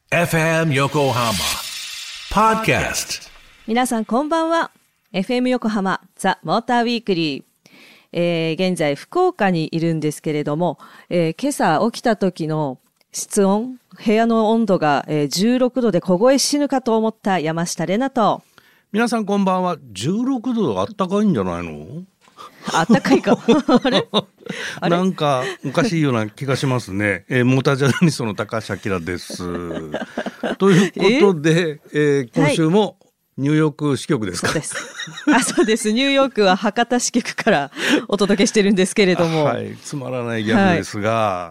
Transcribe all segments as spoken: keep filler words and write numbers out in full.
エフエム 横浜 Podcast。 皆さんこんばんは。 エフエム 横浜ザ・モーターウィークリー、えー、現在福岡にいるんですけれども、えー、今朝起きた時の室温、部屋の温度が、えー、じゅうろくどで凍え死ぬかと思った山下玲奈と。 皆さんこんばんは。じゅうろくどあったかいんじゃないの？ あったかいかあれあれなんかおかしいような気がしますね。えー、モータージャーナリストの高橋明ですということで、えー、今週もニューヨーク支局ですか？ そうです。あ、そうです。ニューヨークは博多支局からお届けしてるんですけれども、 はい、つまらないギャグですが、 はい、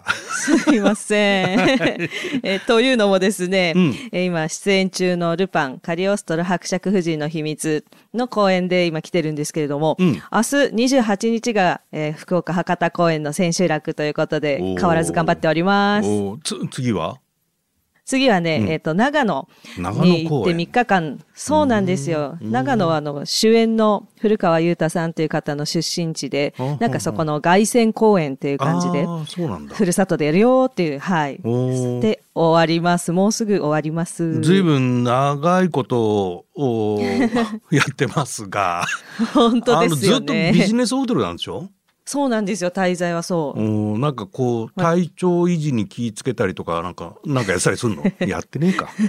すいません、えというのもですね、うん、え今出演中のルパンカリオストロ伯爵夫人の秘密の公演で今来てるんですけれども、うん、明日にじゅうはちにちが、えー、福岡博多公演の千秋楽ということで変わらず頑張っております。 おつ次は次はね、うん、えっと、長野に行ってみっかかん、そうなんですよ。長野はあの、主演の古川雄太さんという方の出身地で、なんかそこの凱旋公演っていう感じで、ふるさとでやるよっていう、はい。で、終わります。もうすぐ終わります。 ずいぶん長いことをやってますが、 本当ですよね。 あのずっとビジネスホテルなんでしょ？ そうなんですよ。滞在はそう。 おなんかこう体調維持に気つけたりとかなんかなんかやったりするの？やってねえか。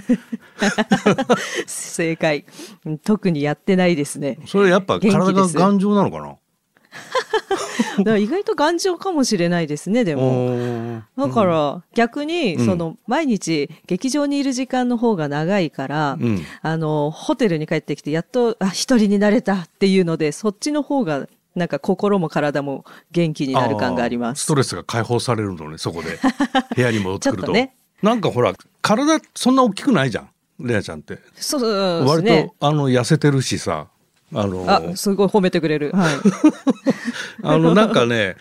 正解。特にやってないですね。 それやっぱ体が頑丈なのかな？ だから意外と頑丈かもしれないですね。でもだから逆にその毎日劇場にいる時間の方が長いから、うん、あのホテルに帰ってきてやっとあ一人になれたっていうのでそっちの方がなんか心も体も元気になる感があります。 ストレスが解放されるのね、そこで部屋に戻ってくるとちょっとね、なんかほら体そんな大きくないじゃんレナちゃんって。 そうですね、 割とあの痩せてるしさ、あのあすごい褒めてくれる、はい、 あのなんかね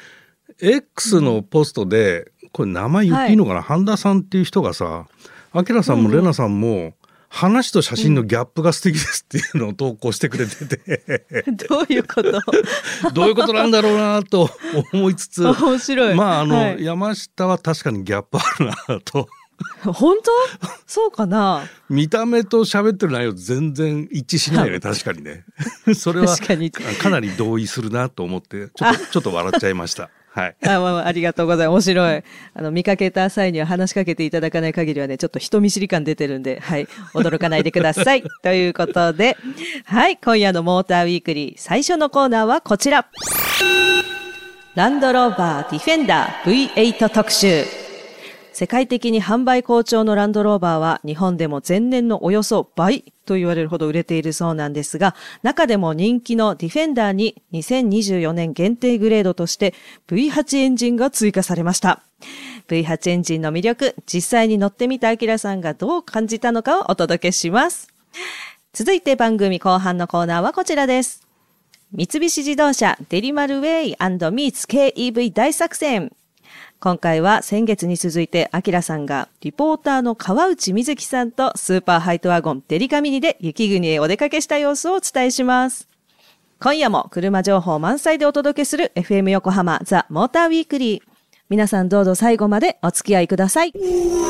X のポストでこれ名前言っていいのかな、はい、半田さんっていう人がさ、明さんもレナさんも、うんうん話と写真のギャップが素敵ですっていうのを投稿してくれてて、 うん、どういうことどういうことなんだろうなと思いつつ面白い。 まああの、 はい、 山下は確かにギャップあるなと本当そうかな。 見た目と喋ってる内容全然一致しないよね確かにねそれは確かにかなり同意するなと思ってちょっとちょっと笑っちゃいましたはい、 あ, まあ、ありがとうございます。面白い。あの見かけた際には話しかけていただかない限りはねちょっと人見知り感出てるんで、はい、驚かないでくださいということで、はい今夜のモーターウィークリー最初のコーナーはこちら、ランドローバーディフェンダー ブイエイト 特集。世界的に販売好調のランドローバーは日本でも前年のおよそ倍と言われるほど売れているそうなんですが、中でも人気のディフェンダーににせんにじゅうよねん限定グレードとして ブイエイト エンジンが追加されました。ブイエイト エンジンの魅力、実際に乗ってみたアキラさんがどう感じたのかをお届けします。続いて番組後半のコーナーはこちらです。三菱自動車デリマルウェイ&ミーツ ケーイーブイ 大作戦。今回は先月に続いてアキラさんがリポーターの川内瑞希さんとスーパーハイトワゴンデリカミニで雪国へお出かけした様子をお伝えします。今夜も車情報満載でお届けする エフエム 横浜ザ・モーターウィークリー。皆さんどうぞ最後までお付き合いください。 The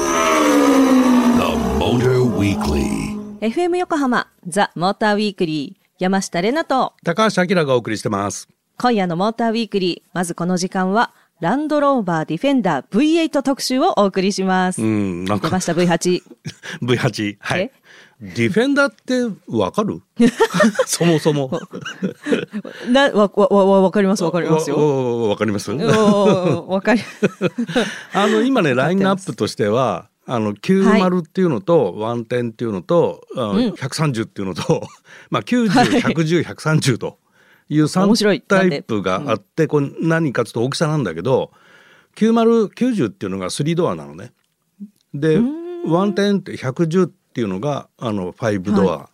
Motor Weekly エフエム 横浜ザ・モーターウィークリー、山下玲奈と高橋明がお送りしてます。 今夜のモーターウィークリー、まずこの時間はランドローバーディフェンダー ブイエイト 特集をお送りします。うん、なんか出ました ブイエイト。 ブイエイト はい。ディフェンダーってわかる？そもそも。 なわわわわかりますわかりますよ。 わかります？ わかり。 あの今ねラインナップとしてはあのきゅうじゅうっていうのとひゃくてんっていうのと、はい、ひゃくさんじゅうっていうのと、まあきゅうじゅう、ひゃくじゅう、ひゃくさんじゅうと。いうさんタイプがあって、これ何かちょっと大きさなんだけど、きゅうじゅう、きゅうじゅうっていうのがスリードアなのね。で、ひゃくてんってひゃくじゅうっていうのがあのファイブドア。はい、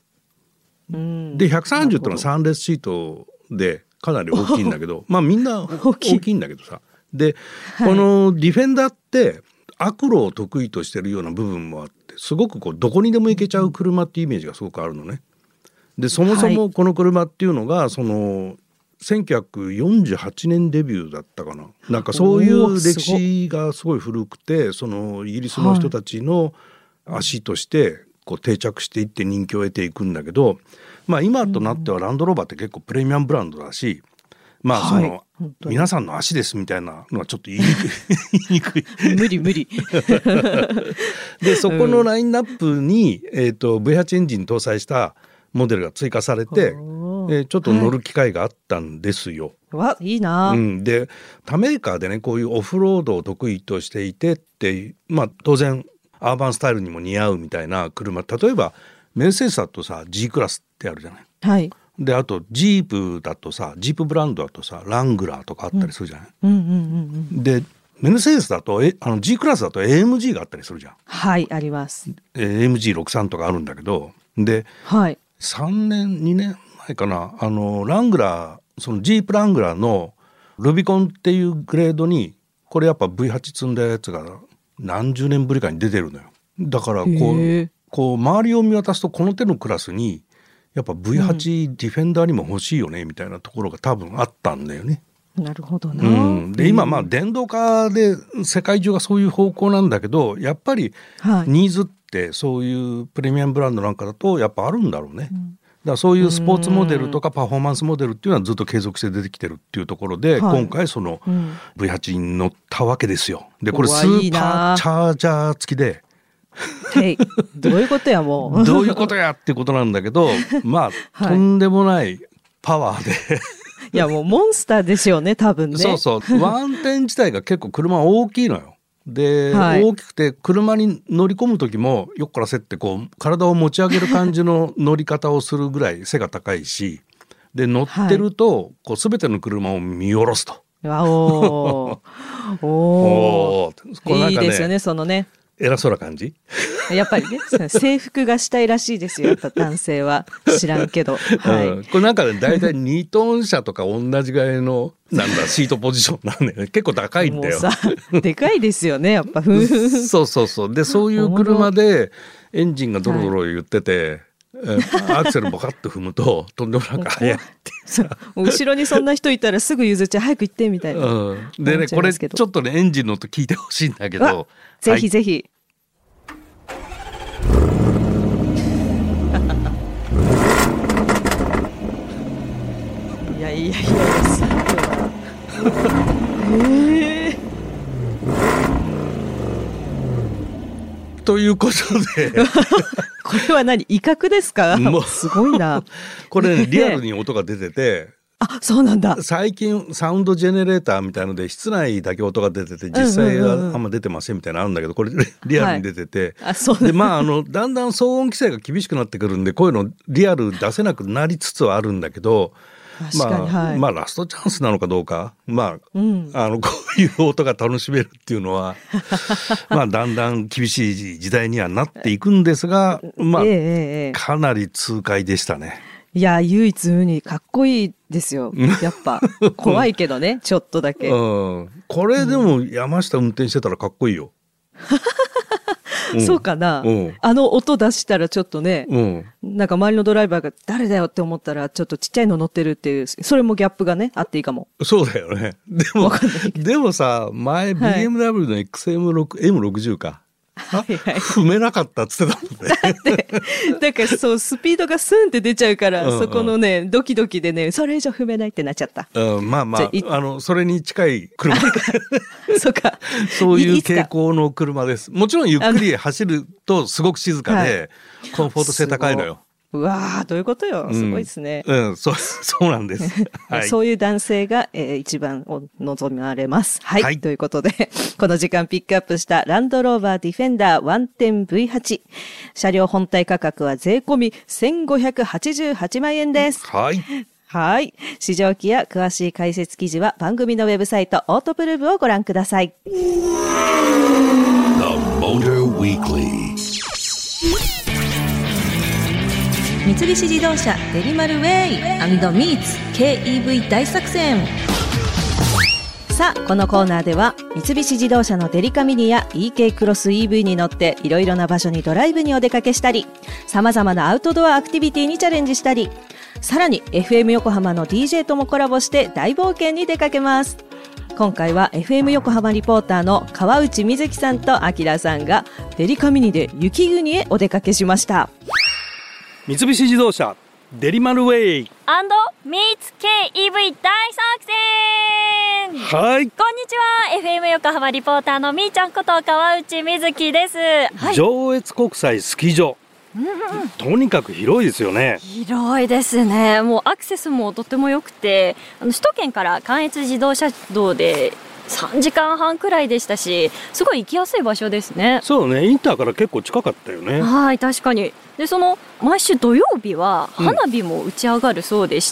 でひゃくさんじゅうっていうのはさん列シートでかなり大きいんだけど、まあみんな大きいんだけどさ。で、はい、このディフェンダーって悪路を得意としてるような部分もあって、すごくこうどこにでも行けちゃう車っていうイメージがすごくあるのね。でそもそもこの車っていうのが、はい、そのせんきゅうひゃくよんじゅうはちねんデビューだったかな、なんかそういう歴史がすごい古くて、そのイギリスの人たちの足としてこう定着していって人気を得ていくんだけど、まあ、今となってはランドローバーって結構プレミアムブランドだし、まあその、はい、皆さんの足ですみたいなのはちょっと言いにくい無理無理でそこのラインナップに、えーと、ブイエイト エンジン搭載したモデルが追加されて、えー、ちょっと乗る機会があったんですよ。 はい、わいいな、 うん、で他メーカーでねこういうオフロードを得意としていてってまあ当然アーバンスタイルにも似合うみたいな車、例えばメルセデスだとさ G クラスってあるじゃない。 はい。 であとジープだとさジープブランドだとさラングラーとかあったりするじゃない、 うんうんうんうん、でメルセデスだとえあの G クラスだと エーエムジー があったりするじゃん。 はいあります。 エーエムジーろくじゅうさん とかあるんだけどで、はい、さんねんにねんまえかなあのラングラーそのジープラングラーのルビコンっていうグレードにこれやっぱ ブイエイト 積んだやつが何十年ぶりかに出てるのよ。だからこう、こう周りを見渡すとこの手のクラスにやっぱ ブイエイト ディフェンダーにも欲しいよねみたいなところが多分あったんだよね。 なるほどな、 うん、で今まあ電動化で世界中がそういう方向なんだけどやっぱりニーズってそういうプレミアムブランドなんかだとやっぱあるんだろうね、うん、だからそういうスポーツモデルとかパフォーマンスモデルっていうのはずっと継続して出てきてるっていうところで、はい、今回その ブイエイト に乗ったわけですよ。でこれスーパーチャージャー付きでへいどういうことやもうどういうことやってことなんだけどまあ、はい、とんでもないパワーでいやもうモンスターですよね多分ね。 そうそうワンテン自体が結構車大きいのよ。で、はい、大きくて車に乗り込む時もよっからせってこう体を持ち上げる感じの乗り方をするぐらい背が高いしで乗ってると、はい、こう全ての車を見下ろすと。 おーおーいいですよねそのね偉そうな感じやっぱりね制服がしたいらしいですよやっぱ男性は知らんけど、はい、 うん、これなんかねだいたいにトン車とか同じぐらいのなんだシートポジションなんで、ね、結構高いんだよ。 もうさでかいですよねやっぱそうそうそうでそういう車でエンジンがドロドロ言ってて、はい、アクセルボカッと踏むととんでもなく速いっていうさ後ろにそんな人いたらすぐ譲っちゃ早く行ってみたいな、 うん、でねこれちょっとねエンジンの音聞いてほしいんだけどぜひぜひ、はいいやいやいやえー、 ということでこれは何威嚇ですか。もうすごいなこれ、ね、リアルに音が出ててあそうなんだ。最近サウンドジェネレーターみたいので室内だけ音が出てて実際はあんま出てませんみたいなのあるんだけどこれリアルに出てて、はい、あそうでまああのだんだん騒音規制が厳しくなってくるんでこういうのリアル出せなくなりつつはあるんだけど確かに、 まあはい、 まあラストチャンスなのかどうかまあ、うん、あのこういう音が楽しめるっていうのはまあだんだん厳しい時代にはなっていくんですがまあ、えーえー、かなり痛快でしたね。 いや唯一無二かっこいいですよやっぱ怖いけどねちょっとだけ、 うん、これでも山下運転してたらかっこいいようん、そうかな、うん、あの音出したらちょっとね、うん、なんか周りのドライバーが誰だよって思ったらちょっとちっちゃいの乗ってるっていうそれもギャップがねあっていいかも。 そうだよね。でもでもさ前 ビーエムダブリュー の エックスエムろくじゅう かはいはい、踏めなかったっつってたもんね。 だってだからそうスピードがスンって出ちゃうから、うんうん、そこのねドキドキでねそれ以上踏めないってなっちゃった、 うん、まあまああのそれに近い車そうかそういう傾向の車です。もちろんゆっくり走るとすごく静かで、はい、コンフォート性高いのよ。 うわーどういうことよすごいですね、 うんうん、そうそうなんです、 はい、そういう男性が、えー、一番望まれます、はいはい、ということでこの時間ピックアップしたランドローバーディフェンダー ワンテンブイエイト 車両本体価格は税込みせんごひゃくはちじゅうはちまんえんです。 はいはい。市場機や詳しい解説記事は番組のウェブサイトオートプルーブをご覧ください。The Motor Weekly三菱自動車デリマルウェイ&ミーツ ケーイーブイ 大作戦。さあこのコーナーでは三菱自動車のデリカミニや イーケー クロス イーブイ に乗っていろいろな場所にドライブにお出かけしたり様々なアウトドアアクティビティにチャレンジしたりさらに エフエム 横浜の ディージェー ともコラボして大冒険に出かけます。 今回は エフエム 横浜リポーターの川内瑞希さんとあきらさんがデリカミニで雪国へお出かけしました。 三菱自動車デリマルウェイアンドミーツ ケーイーブイ 大作戦。 はい、 こんにちは。 エフエム 横浜リポーターのみーちゃんこと川内瑞希です、はい、 上越国際スキー場、うんうん、とにかく広いですよね。 広いですね。もうアクセスもとても良くて、あの首都圏から関越自動車道でさんじかんはんくらいでしたし、すごい行きやすい場所ですね。 そうね、インターから結構近かったよね。 はい、確かに。でその毎週土曜日は花火も打ち上がるそうでして、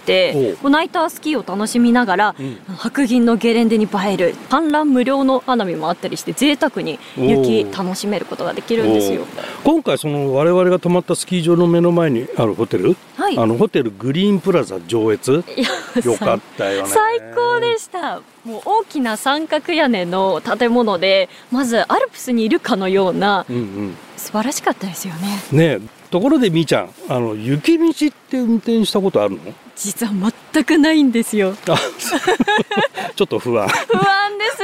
うん、ナイタースキーを楽しみながら、うん、白銀のゲレンデに映える観覧無料の花火もあったりして、贅沢に雪楽しめることができるんですよ。 今回その我々が泊まったスキー場の目の前にあるホテル、はい、あのホテルグリーンプラザ上越、よかったよね。 最高でした。もう大きな三角屋根の建物で、まずアルプスにいるかのような、うんうん、素晴らしかったですよね。 ねえ、ところでみーちゃん、あの雪道って運転したことあるの？ 実は全くないんですよ。 ちょっと不安不安です。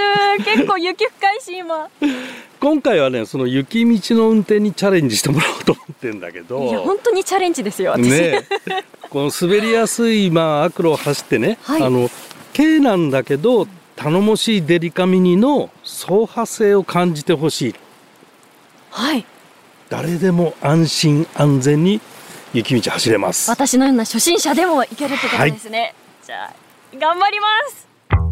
結構雪深いし今。 今回はね、その雪道の運転にチャレンジしてもらおうと思ってんだけど。 いや本当にチャレンジですよ私、 ね、この滑りやすい、まあ、悪路を走ってね、はい、あの軽なんだけど頼もしいデリカミニの走破性を感じてほしい。 はい、 誰でも安心安全に雪道走れます。 私のような初心者でも行けるってことですね、はい、じゃあ頑張ります。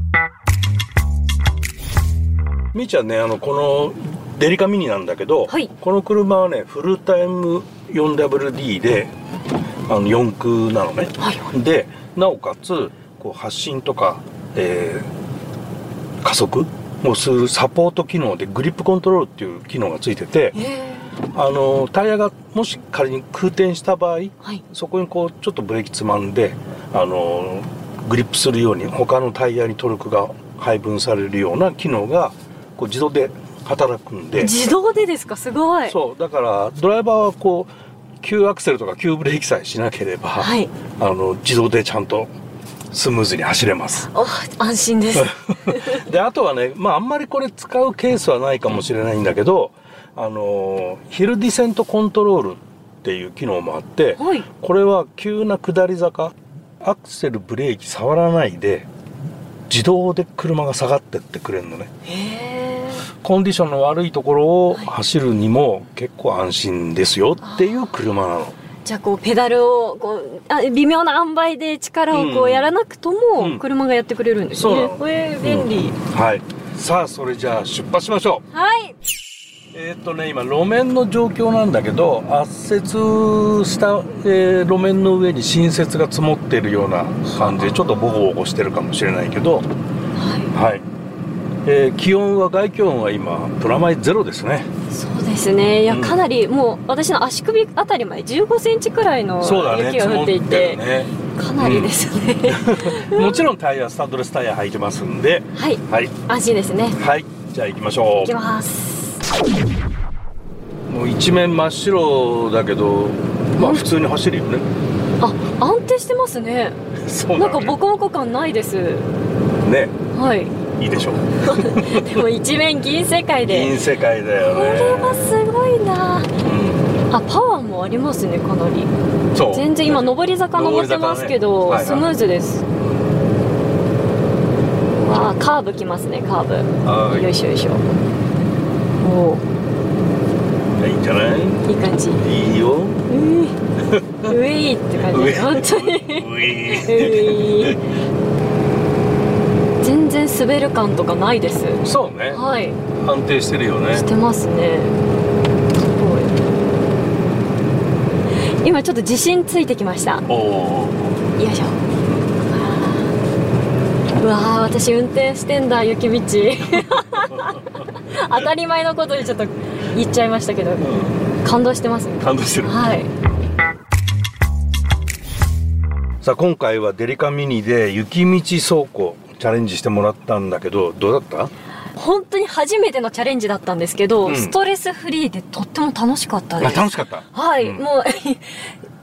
みーちゃんね、あのこのデリカミニなんだけど、はい、この車はねフルタイム フォーダブリューディー であのよん駆なのね、はい、でなおかつこう発進とか、えー、加速をするサポート機能でグリップコントロールっていう機能がついてて、あのタイヤがもし仮に空転した場合、はい、そこにこうちょっとブレーキつまんであのグリップするように他のタイヤにトルクが配分されるような機能がこう自動で働くんで。 自動でですか？すごい。 そうだからドライバーはこう急アクセルとか急ブレーキさえしなければ、はい、あの自動でちゃんとスムーズに走れます。 お、安心です。 であとはね、まああんまりこれ使うケースはないかもしれないんだけど、あのヒルディセントコントロールっていう機能もあって、はい、これは急な下り坂アクセルブレーキ触らないで自動で車が下がってってくれるのね。へー、コンディションの悪いところを走るにも結構安心ですよっていう車なの。 じゃあこうペダルをこうあ微妙な塩梅で力をこうやらなくとも車がやってくれるんですね、うんうん、そうえー、便利、うん、 はい。さあそれじゃあ出発しましょう。 はい。 えーっとね、今路面の状況なんだけど、圧雪した、えー、路面の上に新雪が積もっているような感じでちょっとボコボコしてるかもしれないけど、はい、はい、えー、気温は外気温は今プラマイゼロですね。 そうですね。いや、かなりもう私の足首あたりまでじゅうごセンチくらいの雪が降っていて、ね、かなりですね、 うん、もちろんタイヤスタッドレスタイヤ履いてますんで、 はい、はい、安心ですね。 はい、じゃあ行きましょう。 行きます。 もう一面真っ白だけど、まあ普通に走るよね。 あ、安定してますね。そうなんかボコボコ感ないですね。 はい、 いいでしょう。 でも一面銀世界で銀世界だよね。 これはすごいな、うん、あ、パワーもありますね、かなり。そう、全然今上り坂登ってますけど、ね、はいはい、スムーズです。わあ、カーブきますね、カーブ。よいしょよいしょ。おー、いいんじゃない？ いい感じ。 いいよ。 ういって感じです。本当に。うい。全然滑る感とかないです。 そうね。はい。安定してるよね。 してますね。すごい。今ちょっと自信ついてきました。おお。よいしょ。うわー、私運転してんだ、雪道。当たり前のことにちょっと言っちゃいましたけど、うん、感動してますね。 感動してる。 はい。 さあ今回はデリカミニで雪道走行チャレンジしてもらったんだけど、どうだった？ 本当に初めてのチャレンジだったんですけど、うん、ストレスフリーでとっても楽しかったです。 あ、楽しかった。 はい、うん、もう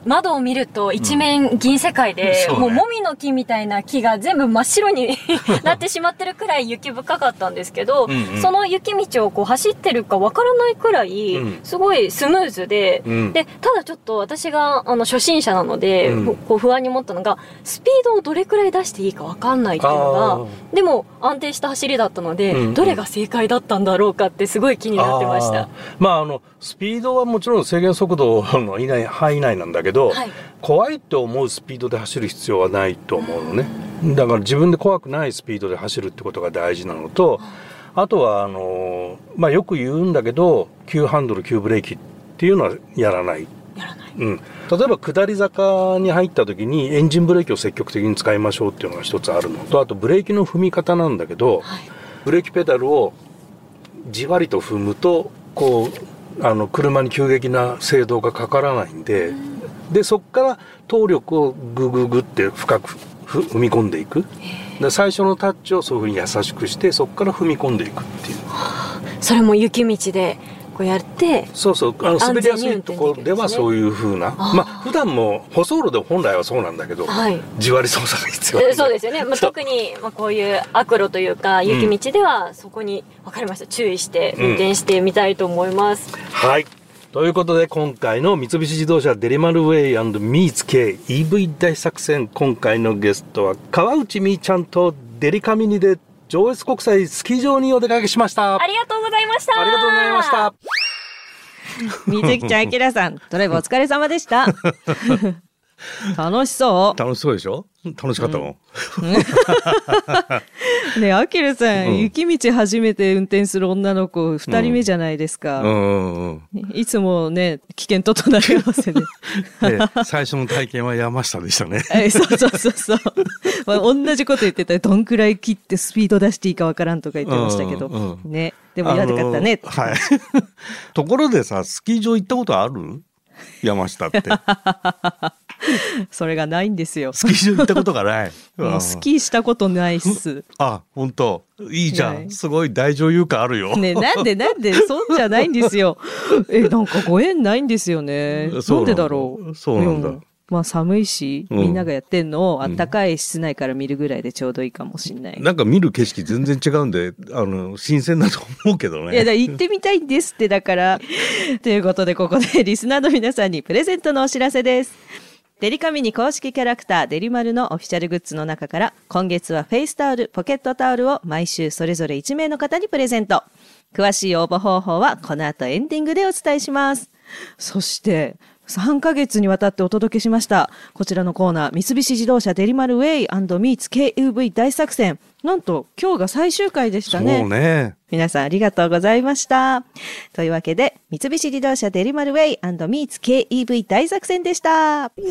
窓を見ると一面銀世界で、うん、もうもみの木みたいな木が全部真っ白になってしまってるくらい雪深かったんですけど、うんうん、その雪道をこう走ってるかわからないくらい、うん、すごいスムーズで、うん、でただちょっと私があの初心者なので、うん、こう不安に思ったのがスピードをどれくらい出していいかわかんないっていうのが、でも安定した走りだったので、うんうん、どれが正解だったんだろうかってすごい気になってました。 あ、まあ、あのスピードはもちろん制限速度の以内範囲内なんだけど、はい、怖いって思うスピードで走る必要はないと思うのね。だから自分で怖くないスピードで走るってことが大事なのと、あとはあの、まあ、よく言うんだけど急ハンドル急ブレーキっていうのはやらない。 やらない、 うん、例えば下り坂に入った時にエンジンブレーキを積極的に使いましょうっていうのが一つあるのと、あとブレーキの踏み方なんだけど、はい、ブレーキペダルをじわりと踏むとこうあの車に急激な制動がかからないんで、うん、でそこから動力をグググって深く踏み込んでいく。で最初のタッチをそういうふうに優しくしてそこから踏み込んでいくっていう、 はあ、それも雪道でこうやって、 そうそう、あの滑りやすいところではそういうふうな、あ、まあ普段も舗装路で本来はそうなんだけど、はい、じわり操作が必要なんで、 そうですよね、まあ、特に、まあ、こういう悪路というか雪道ではそこに、分かりました、注意して運転してみたいと思います、 うん、はい。ということで今回の三菱自動車デリマルウェイ&ミーツ系 イーブイ 大作戦、今回のゲストは川内美ちゃんとデリカミニで上越国際スキー場にお出かけしました。 ありがとうございました。 ありがとうございました。 水木ちゃん、あきらさん、ドライブお疲れ様でした。楽しそう。 楽しそうでしょ。楽しかったもん。 うん、ね、あきらさん、うん、雪道初めて運転する女の子ふたりめじゃないですか。うんうんうん、いつもね危険と隣り合わせで、 ね、最初の体験は山下でしたね。 え、そうそうそうそう。まあ、同じこと言ってたらどんくらい切ってスピード出していいかわからんとか言ってましたけど、うんうん、ね。でもやでかったね。 はい。ところでさ、スキー場行ったことある？山下って。 それがないんですよ。 スキー場行ったことがない。 もうスキーしたことないっす。 あ、本当。いいじゃん。すごい大女優感あるよ。 ね、なんでなんでそうじゃないんですよ。え、なんかご縁ないんですよね。なんでだろう。 そうなんだ。うん、 まあ寒いし、みんながやってんのをあったかい室内から見るぐらいでちょうどいいかもしれない。 なんか見る景色全然違うんで、あの新鮮だと思うけどね。 いや、だ行ってみたいんですってだから。ということでここでリスナーの皆さんにプレゼントのお知らせです。デリカミニ公式キャラクターデリマルのオフィシャルグッズの中から今月はフェイスタオル、ポケットタオルを毎週それぞれいち名の方にプレゼント。詳しい応募方法はこの後エンディングでお伝えします。そしてさんかげつにわたってお届けしましたこちらのコーナー、三菱自動車デリマルウェイ&ミーツ ケーユーブイ 大作戦、なんと今日が最終回でしたね。 そうね。 皆さんありがとうございました。というわけで三菱自動車デリマルウェイ&ミーツ ケーユーブイ 大作戦でした。 The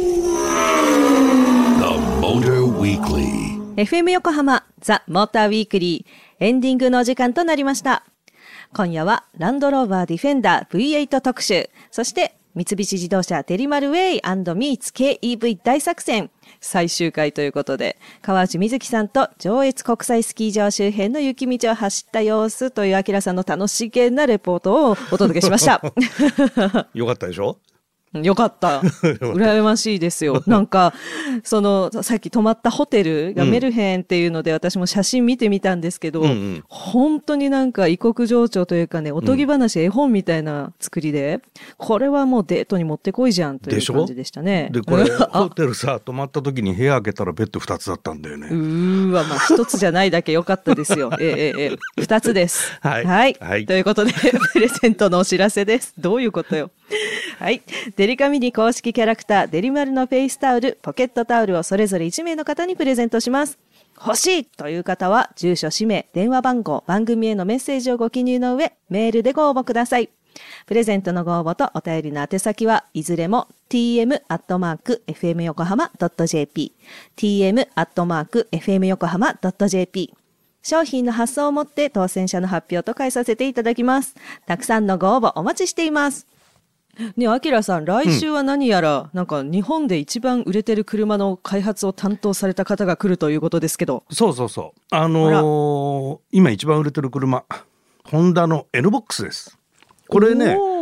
Motor Weekly エフエム 横浜ザ・モーターウィークリーエンディングのお時間となりました。今夜はランドローバーディフェンダー ブイエイト 特集、そして三菱自動車デリマルウェイ&ミーツ ケーユーブイ 大作戦最終回ということで、川内瑞希さんと上越国際スキー場周辺の雪道を走った様子というあきらさんの楽しげなレポートをお届けしました。 よかったでしょ。 よかった。羨ましいですよ。なんか、その、さっき泊まったホテルがメルヘンっていうので、私も写真見てみたんですけど、うんうん、本当になんか異国情緒というかね、おとぎ話、絵本みたいな作りで、これはもうデートにもってこいじゃんという感じでしたね。 で、これ、ホテルさ、泊まった時に部屋開けたらベッドふたつだったんだよね。 うーわ、まあひとつじゃないだけよかったですよ。ええええ、ふたつです。はい。はい。はい、ということで、プレゼントのお知らせです。どういうことよ。はい。デリカミニ公式キャラクターデリマルのフェイスタオル、ポケットタオルをそれぞれいち名の方にプレゼントします。欲しいという方は住所、氏名、電話番号、番組へのメッセージをご記入の上、メールでご応募ください。プレゼントのご応募とお便りの宛先はいずれも ティーエム アットマーク エフエム 横浜 ドット ジェーピー ティーエム アットマーク エフエム 横浜 ドット ジェーピー。 商品の発送をもって当選者の発表と返させていただきます。たくさんのご応募お待ちしています。ね、あきらさん、来週は何やら、うん、なんか日本で一番売れてる車の開発を担当された方が来るということですけど。 そうそうそう。あのー、今一番売れてる車、ホンダの N ボックスです。これね、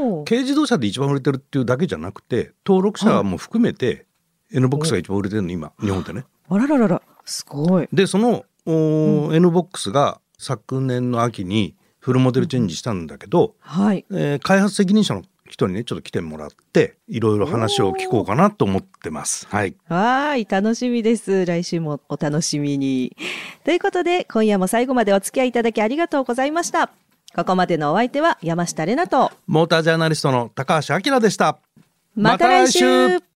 軽自動車で一番売れてるっていうだけじゃなくて登録者も含めて N ボックスが一番売れてるの今日本でね。 あららららすごい。 でその、うん、N ボックスが昨年の秋にフルモデルチェンジしたんだけど、 はいえー、開発責任者の人にねちょっと来てもらっていろいろ話を聞こうかなと思ってます。はい。 はい、楽しみです。来週もお楽しみに。ということで今夜も最後までお付き合いいただきありがとうございました。ここまでのお相手は山下玲奈とモータージャーナリストの高橋明でした。 また来週。